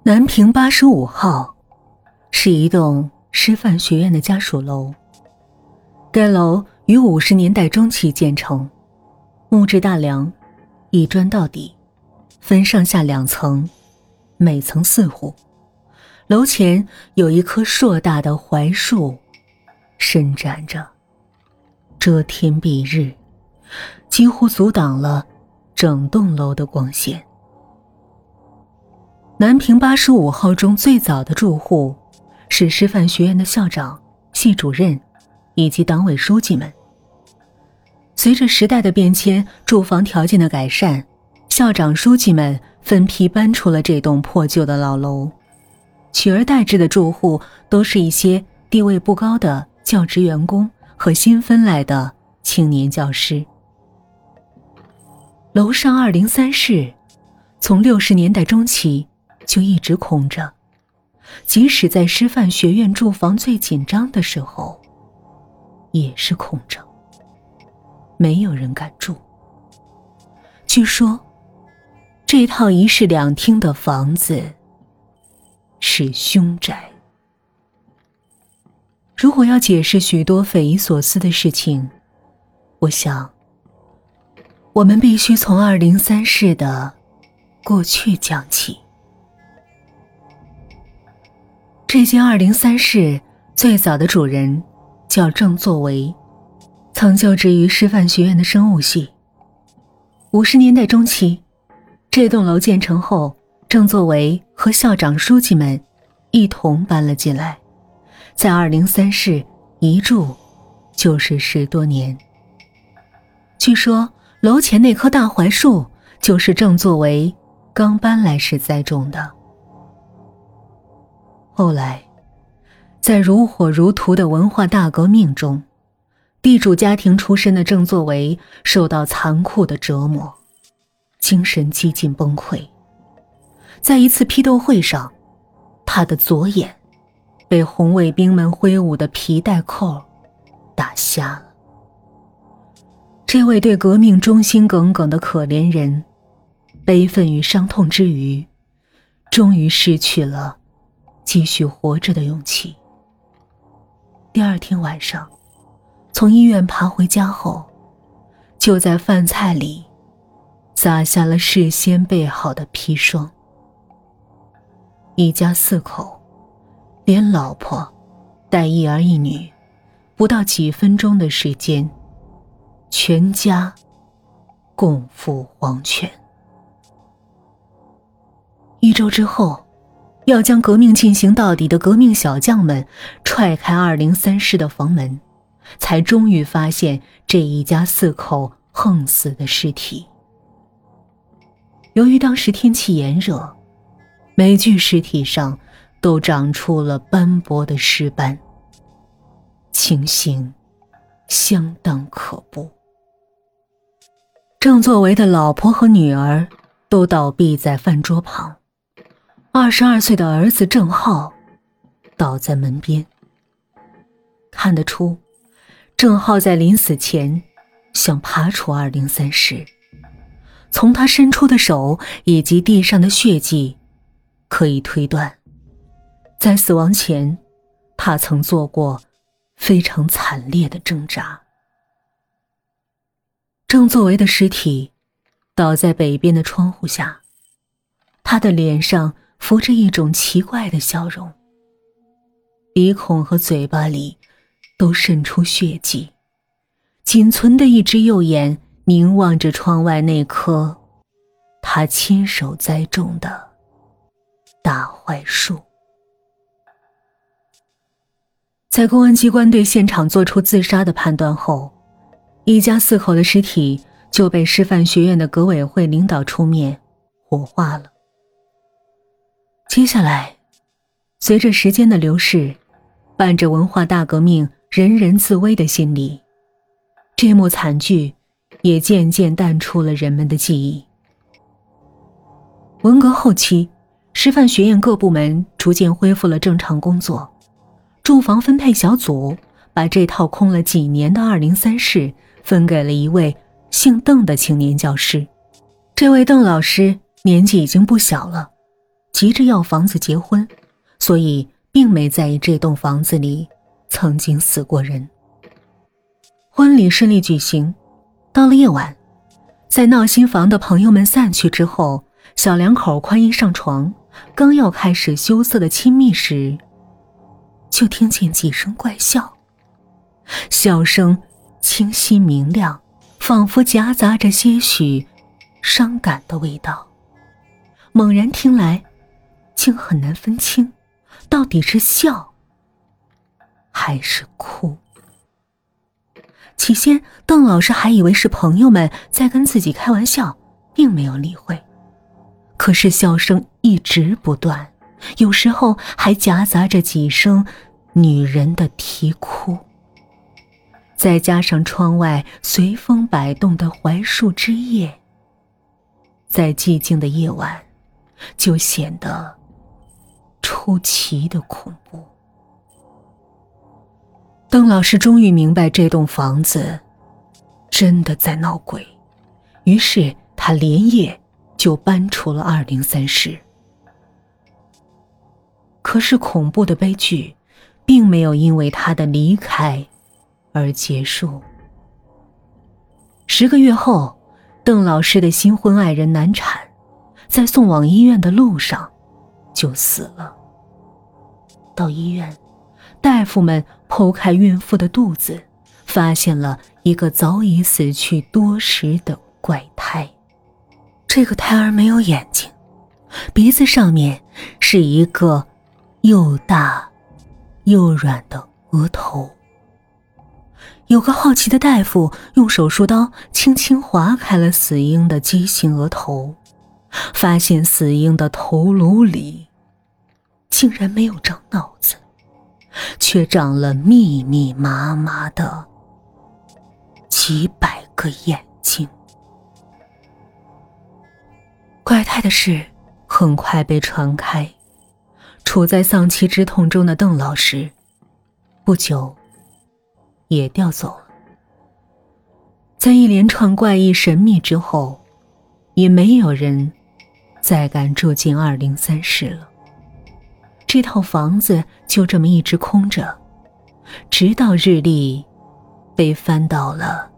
南平85号是一栋师范学院的家属楼，该楼于50年代中期建成，木质大梁，一砖到底，分上下2层，每层4户。楼前有一棵硕大的槐树伸展着，遮天蔽日，几乎阻挡了整栋楼的光线。南平85号中最早的住户是师范学院的校长、系主任以及党委书记们。随着时代的变迁，住房条件的改善，校长书记们分批搬出了这栋破旧的老楼，取而代之的住户都是一些地位不高的教职员工和新分来的青年教师。楼上203室从60年代中期就一直空着，即使在师范学院住房最紧张的时候也是空着，没有人敢住。据说这套1室2厅的房子是凶宅。如果要解释许多匪夷所思的事情，我想我们必须从203室的过去讲起。这间203室最早的主人叫郑作为，曾就职于师范学院的生物系。50年代中期，这栋楼建成后，郑作为和校长书记们一同搬了进来，在203室一住就是10多年。据说楼前那棵大槐树就是郑作为刚搬来时栽种的。后来在如火如荼的文化大革命中，地主家庭出身的郑作为受到残酷的折磨，精神几近崩溃。在一次批斗会上，他的左眼被红卫兵们挥舞的皮带扣打瞎了。这位对革命忠心耿耿的可怜人，悲愤与伤痛之余，终于失去了继续活着的勇气。第2天晚上，从医院爬回家后，就在饭菜里撒下了事先备好的砒霜。一家4口，连老婆带1儿1女，不到几分钟的时间，全家共赴黄泉。1周之后，要将革命进行到底的革命小将们踹开203室的房门，才终于发现这一家4口横死的尸体。由于当时天气炎热，每具尸体上都长出了斑驳的尸斑，情形相当可怖。郑作为的老婆和女儿都倒闭在饭桌旁，22岁的儿子郑浩倒在门边。看得出，郑浩在临死前想爬出203室，从他伸出的手以及地上的血迹可以推断，在死亡前他曾做过非常惨烈的挣扎。郑作为的尸体倒在北边的窗户下，他的脸上浮着一种奇怪的笑容，鼻孔和嘴巴里都渗出血迹，仅存的一只右眼凝望着窗外那棵他亲手栽种的大槐树。在公安机关对现场做出自杀的判断后，一家4口的尸体就被师范学院的革委会领导出面火化了。接下来，随着时间的流逝，伴着文化大革命人人自危的心理，这幕惨剧也渐渐淡出了人们的记忆。文革后期，师范学院各部门逐渐恢复了正常工作，住房分配小组把这套空了几年的203室分给了一位姓邓的青年教师。这位邓老师年纪已经不小了， 急着要房子结婚，所以并没在意这栋房子里曾经死过人。婚礼顺利举行，到了夜晚，在闹新房的朋友们散去之后，小两口宽衣上床，刚要开始羞涩的亲密时，就听见几声怪笑，笑声清晰明亮，仿佛夹杂着些许伤感的味道。猛然听来，竟很难分清到底是笑还是哭。起先邓老师还以为是朋友们在跟自己开玩笑，并没有理会。可是笑声一直不断，有时候还夹杂着几声女人的啼哭。再加上窗外随风摆动的槐树枝叶，在寂静的夜晚就显得出奇的恐怖。邓老师终于明白这栋房子真的在闹鬼，于是他连夜就搬出了203室。可是恐怖的悲剧并没有因为他的离开而结束。10个月后，邓老师的新婚爱人难产，在送往医院的路上就死了。到医院，大夫们剖开孕妇的肚子，发现了一个早已死去多时的怪胎。这个胎儿没有眼睛，鼻子上面是一个又大又软的额头。有个好奇的大夫用手术刀轻轻划开了死婴的畸形额头，发现死婴的头颅里竟然没有长脑子，却长了密密麻麻的几百个眼睛。怪胎的事很快被传开，处在丧妻之痛中的邓老师不久也调走了。在一连串怪异神秘之后，也没有人再敢住进203室了。这套房子就这么一直空着，直到日历被翻到了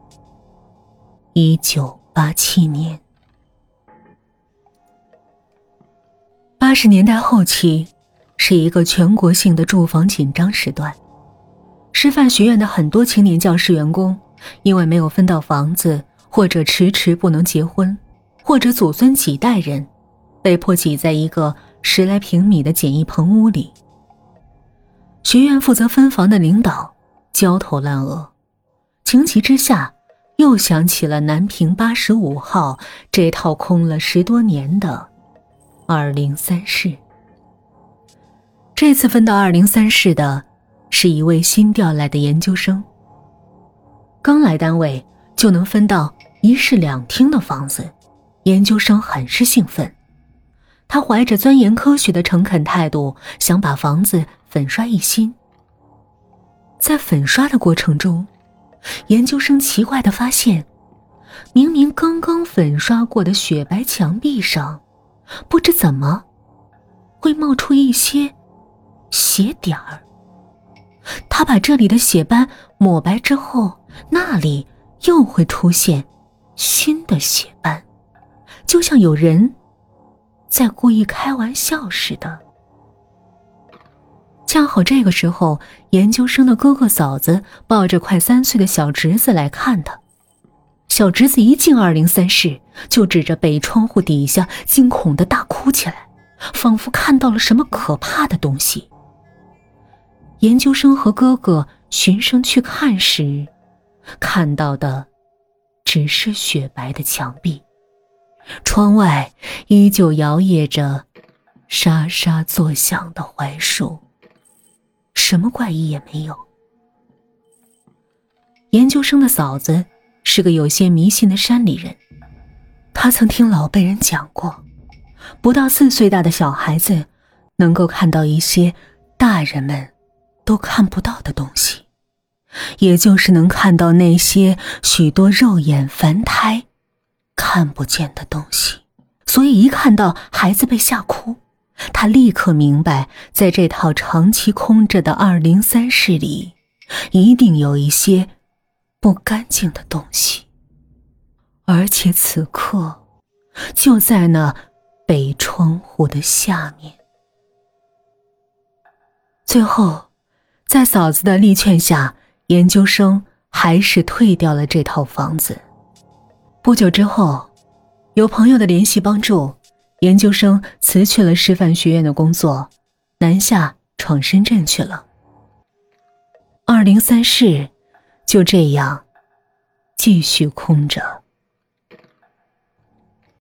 1987年。80年代后期是一个全国性的住房紧张时段，师范学院的很多青年教师员工因为没有分到房子，或者迟迟不能结婚，或者祖孙几代人被迫挤在一个10来平米的简易棚屋里。学院负责分房的领导焦头烂额，情急之下又想起了南平85号这套空了10多年的203室。这次分到203室的是一位新调来的研究生，刚来单位就能分到1室2厅的房子，研究生很是兴奋。他怀着钻研科学的诚恳态度，想把房子粉刷一新。在粉刷的过程中，研究生奇怪地发现，明明刚刚粉刷过的雪白墙壁上，不知怎么会冒出一些血点儿。他把这里的血斑抹白之后，那里又会出现新的血斑，就像有人在故意开玩笑似的。恰好这个时候，研究生的哥哥嫂子抱着快3岁的小侄子来看他。小侄子一进203室，就指着北窗户底下惊恐地大哭起来，仿佛看到了什么可怕的东西。研究生和哥哥循声去看时，看到的只是雪白的墙壁，窗外依旧摇曳着沙沙作响的槐树，什么怪异也没有。研究生的嫂子是个有些迷信的山里人，她曾听老辈人讲过，不到4岁大的小孩子能够看到一些大人们都看不到的东西，也就是能看到那些许多肉眼凡胎看不见的东西。所以一看到孩子被吓哭， 他立刻明白，在这套长期空着的203室里，一定有一些不干净的东西，而且此刻就在那北窗户的下面。最后，在嫂子的力劝下，研究生还是退掉了这套房子。不久之后，有朋友的联系帮助，研究生辞去了师范学院的工作，南下闯深圳去了。203室就这样继续空着。